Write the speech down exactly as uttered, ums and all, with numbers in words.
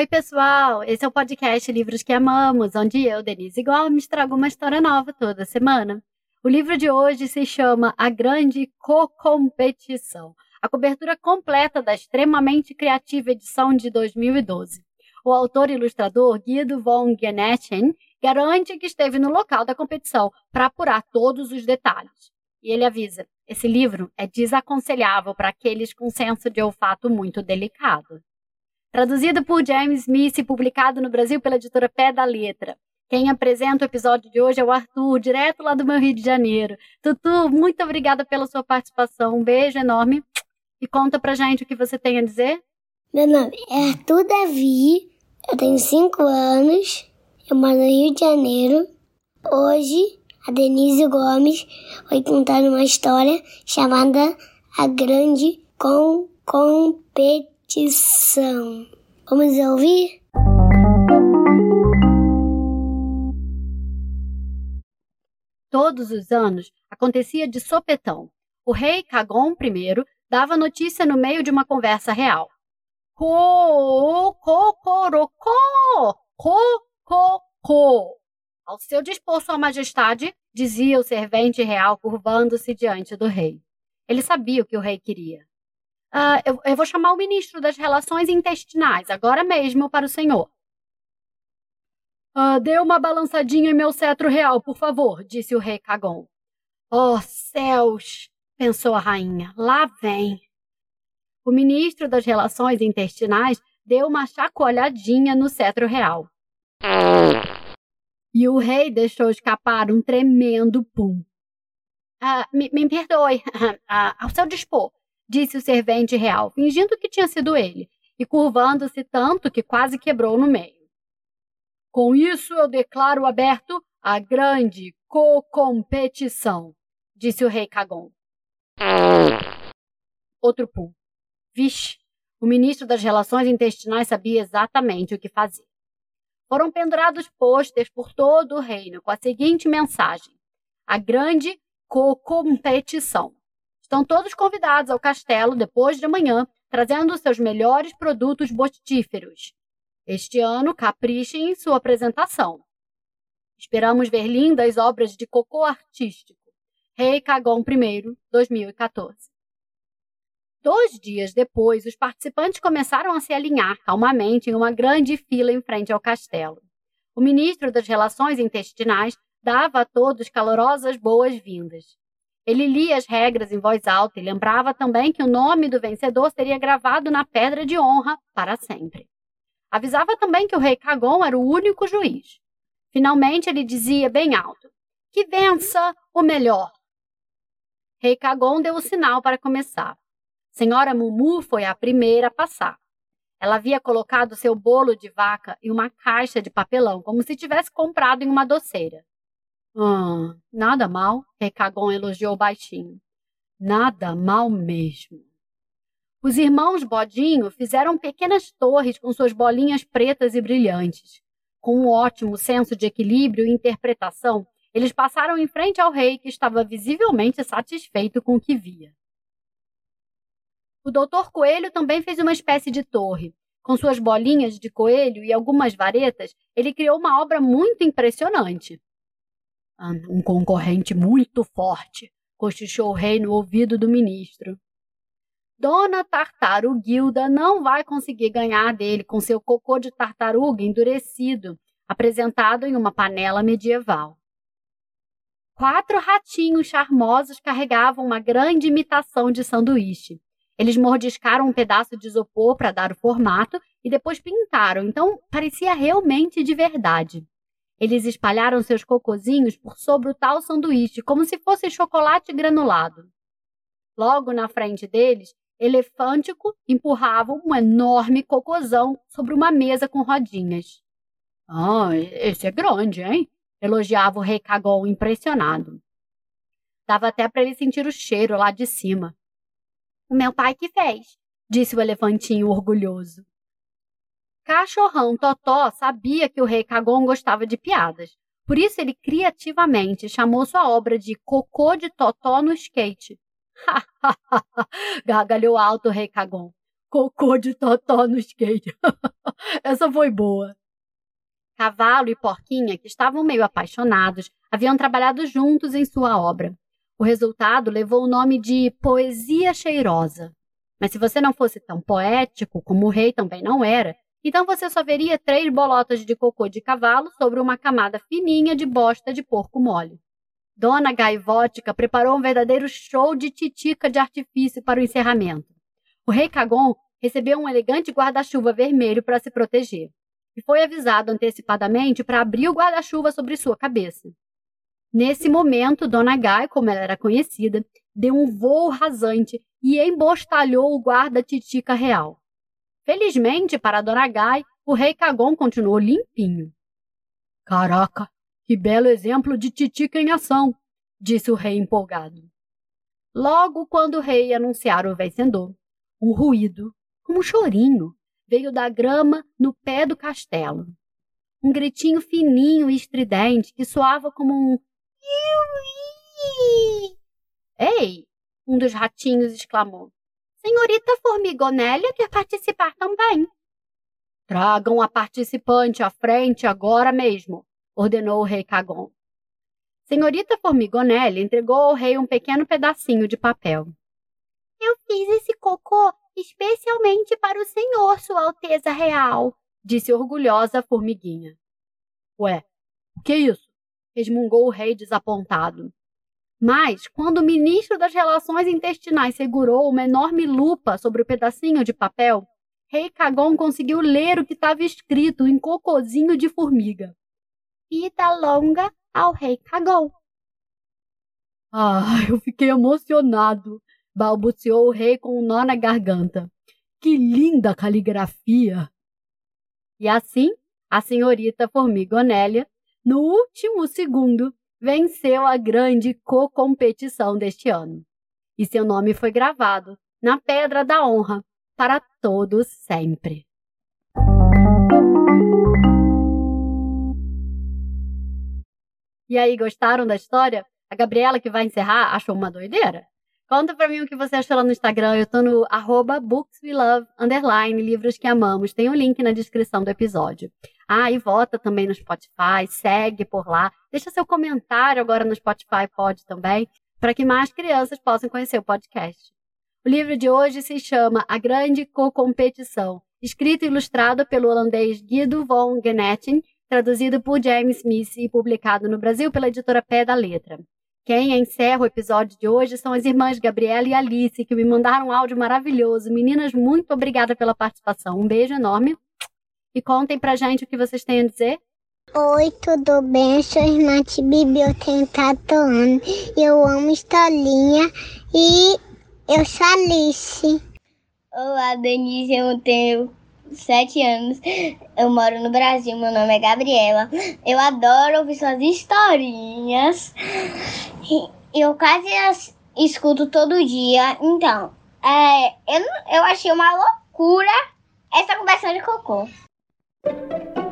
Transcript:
Oi, pessoal! Esse é o podcast Livros que Amamos, onde eu, Denise Gomes, trago uma história nova toda semana. O livro de hoje se chama A Grande Co-Competição, a cobertura completa da extremamente criativa edição de dois mil e doze. O autor e ilustrador Guido von Genechen garante que esteve no local da competição para apurar todos os detalhes. E ele avisa, esse livro é desaconselhável para aqueles com senso de olfato muito delicado. Traduzido por James Smith e publicado no Brasil pela editora Pé da Letra. Quem apresenta o episódio de hoje é o Arthur, direto lá do meu Rio de Janeiro. Tutu, muito obrigada pela sua participação. Um beijo enorme. E conta pra gente o que você tem a dizer. Meu nome é Arthur Davi, eu tenho cinco anos, eu moro no Rio de Janeiro. Hoje, a Denise Gomes vai contar uma história chamada A Grande Competição. Vamos ouvir? Todos os anos acontecia de sopetão. O rei Cagon I dava notícia no meio de uma conversa real. Co-co-corocó! Co-co-co! Ao seu dispor, sua majestade, dizia o servente real curvando-se diante do rei. Ele sabia o que o rei queria. Ah, eu, eu vou chamar o ministro das Relações Intestinais, agora mesmo, para o senhor. Ah, dê uma balançadinha em meu cetro real, por favor, disse o rei Cagon. Oh, céus, pensou a rainha, lá vem. O ministro das Relações Intestinais deu uma chacoalhadinha no cetro real. E o rei deixou escapar um tremendo pum. Ah, me, me perdoe, ah, ao seu dispor, disse o servente real, fingindo que tinha sido ele, e curvando-se tanto que quase quebrou no meio. Com isso eu declaro aberto a grande co-competição, disse o rei Cagon. Outro pum. Vixe, o ministro das Relações Intestinais sabia exatamente o que fazer. Foram pendurados pôsteres por todo o reino com a seguinte mensagem: a grande co-competição. Estão todos convidados ao castelo depois de amanhã, trazendo seus melhores produtos botíferos. Este ano, caprichem em sua apresentação. Esperamos ver lindas obras de cocô artístico. Rei Cagon I, dois mil e quatorze. Dois dias depois, os participantes começaram a se alinhar calmamente em uma grande fila em frente ao castelo. O ministro das Relações Intestinais dava a todos calorosas boas-vindas. Ele lia as regras em voz alta e lembrava também que o nome do vencedor seria gravado na pedra de honra para sempre. Avisava também que o rei Cagon era o único juiz. Finalmente ele dizia bem alto: que vença o melhor. Rei Cagon deu o sinal para começar. Senhora Mumu foi a primeira a passar. Ela havia colocado seu bolo de vaca em uma caixa de papelão, como se tivesse comprado em uma doceira. Ah, nada mal, Rei Cagon elogiou baixinho. Nada mal mesmo. Os irmãos Bodinho fizeram pequenas torres com suas bolinhas pretas e brilhantes. Com um ótimo senso de equilíbrio e interpretação, eles passaram em frente ao rei, que estava visivelmente satisfeito com o que via. O doutor Coelho também fez uma espécie de torre. Com suas bolinhas de coelho e algumas varetas, ele criou uma obra muito impressionante. Um concorrente muito forte, cochichou o rei no ouvido do ministro. Dona Tartaruguilda não vai conseguir ganhar dele com seu cocô de tartaruga endurecido, apresentado em uma panela medieval. Quatro ratinhos charmosos carregavam uma grande imitação de sanduíche. Eles mordiscaram um pedaço de isopor para dar o formato e depois pintaram, então parecia realmente de verdade. Eles espalharam seus cocozinhos por sobre o tal sanduíche, como se fosse chocolate granulado. Logo na frente deles, Elefântico empurrava um enorme cocôzão sobre uma mesa com rodinhas. — Ah, esse é grande, hein? — elogiava o rei Cagon impressionado. Dava até para ele sentir o cheiro lá de cima. — O meu pai que fez — disse o elefantinho orgulhoso. Cachorrão Totó sabia que o rei Cagon gostava de piadas. Por isso ele criativamente chamou sua obra de Cocô de Totó no Skate. — Gargalhou alto o rei Cagon. Cocô de totó no skate. Essa foi boa. Cavalo e Porquinha, que estavam meio apaixonados, haviam trabalhado juntos em sua obra. O resultado levou o nome de Poesia Cheirosa. Mas se você não fosse tão poético, como o rei também não era, então você só veria três bolotas de cocô de cavalo sobre uma camada fininha de bosta de porco mole. Dona Gaivótica preparou um verdadeiro show de titica de artifício para o encerramento. O rei Cagon recebeu um elegante guarda-chuva vermelho para se proteger e foi avisado antecipadamente para abrir o guarda-chuva sobre sua cabeça. Nesse momento, Dona Gai, como ela era conhecida, deu um voo rasante e embostalhou o guarda-titica real. Felizmente, para Dona Gai, o rei Cagon continuou limpinho. Caraca, que belo exemplo de titica em ação, disse o rei empolgado. Logo quando o rei ia anunciar o vencedor, um ruído, como um chorinho, veio da grama no pé do castelo. Um gritinho fininho e estridente que soava como um iuí. Ei! Um dos ratinhos exclamou. Senhorita Formigonélia quer participar também. Tragam a participante à frente agora mesmo, ordenou o rei Cagon. Senhorita Formigonélia entregou ao rei um pequeno pedacinho de papel. Eu fiz esse cocô especialmente para o senhor, Sua Alteza Real, disse orgulhosa a formiguinha. Ué, o que é isso? Resmungou o rei desapontado. Mas, quando o ministro das Relações Intestinais segurou uma enorme lupa sobre o pedacinho de papel, rei Cagon conseguiu ler o que estava escrito em cocôzinho de formiga. Vida longa ao rei Cagon. Ah, eu fiquei emocionado, balbuciou o rei com um nó na garganta. Que linda caligrafia! E assim, a senhorita Formigonélia, no último segundo, venceu a grande co-competição deste ano. E seu nome foi gravado na Pedra da Honra para todos sempre. E aí, gostaram da história? A Gabriela, que vai encerrar, achou uma doideira? Conta pra mim o que você achou lá no Instagram. Eu tô no arroba bookswelove, underline, livros que amamos. Tem um link na descrição do episódio. Ah, e vota também no Spotify, segue por lá. Deixa seu comentário agora no Spotify, pode também, para que mais crianças possam conhecer o podcast. O livro de hoje se chama A Grande Co-Competição, escrito e ilustrado pelo holandês Guido von Genetten, traduzido por James Smith e publicado no Brasil pela editora Pé da Letra. Quem encerra o episódio de hoje são as irmãs Gabriela e Alice, que me mandaram um áudio maravilhoso. Meninas, muito obrigada pela participação. Um beijo enorme. E contem pra gente o que vocês têm a dizer. Oi, tudo bem? Eu sou irmã de Bibi, eu tenho quatro anos. Eu amo historinha e eu sou Alice. Olá, Denise, eu tenho sete anos. Eu moro no Brasil, meu nome é Gabriela. Eu adoro ouvir suas historinhas. Eu quase as escuto todo dia. Então, é, eu, eu achei uma loucura essa conversa de cocô.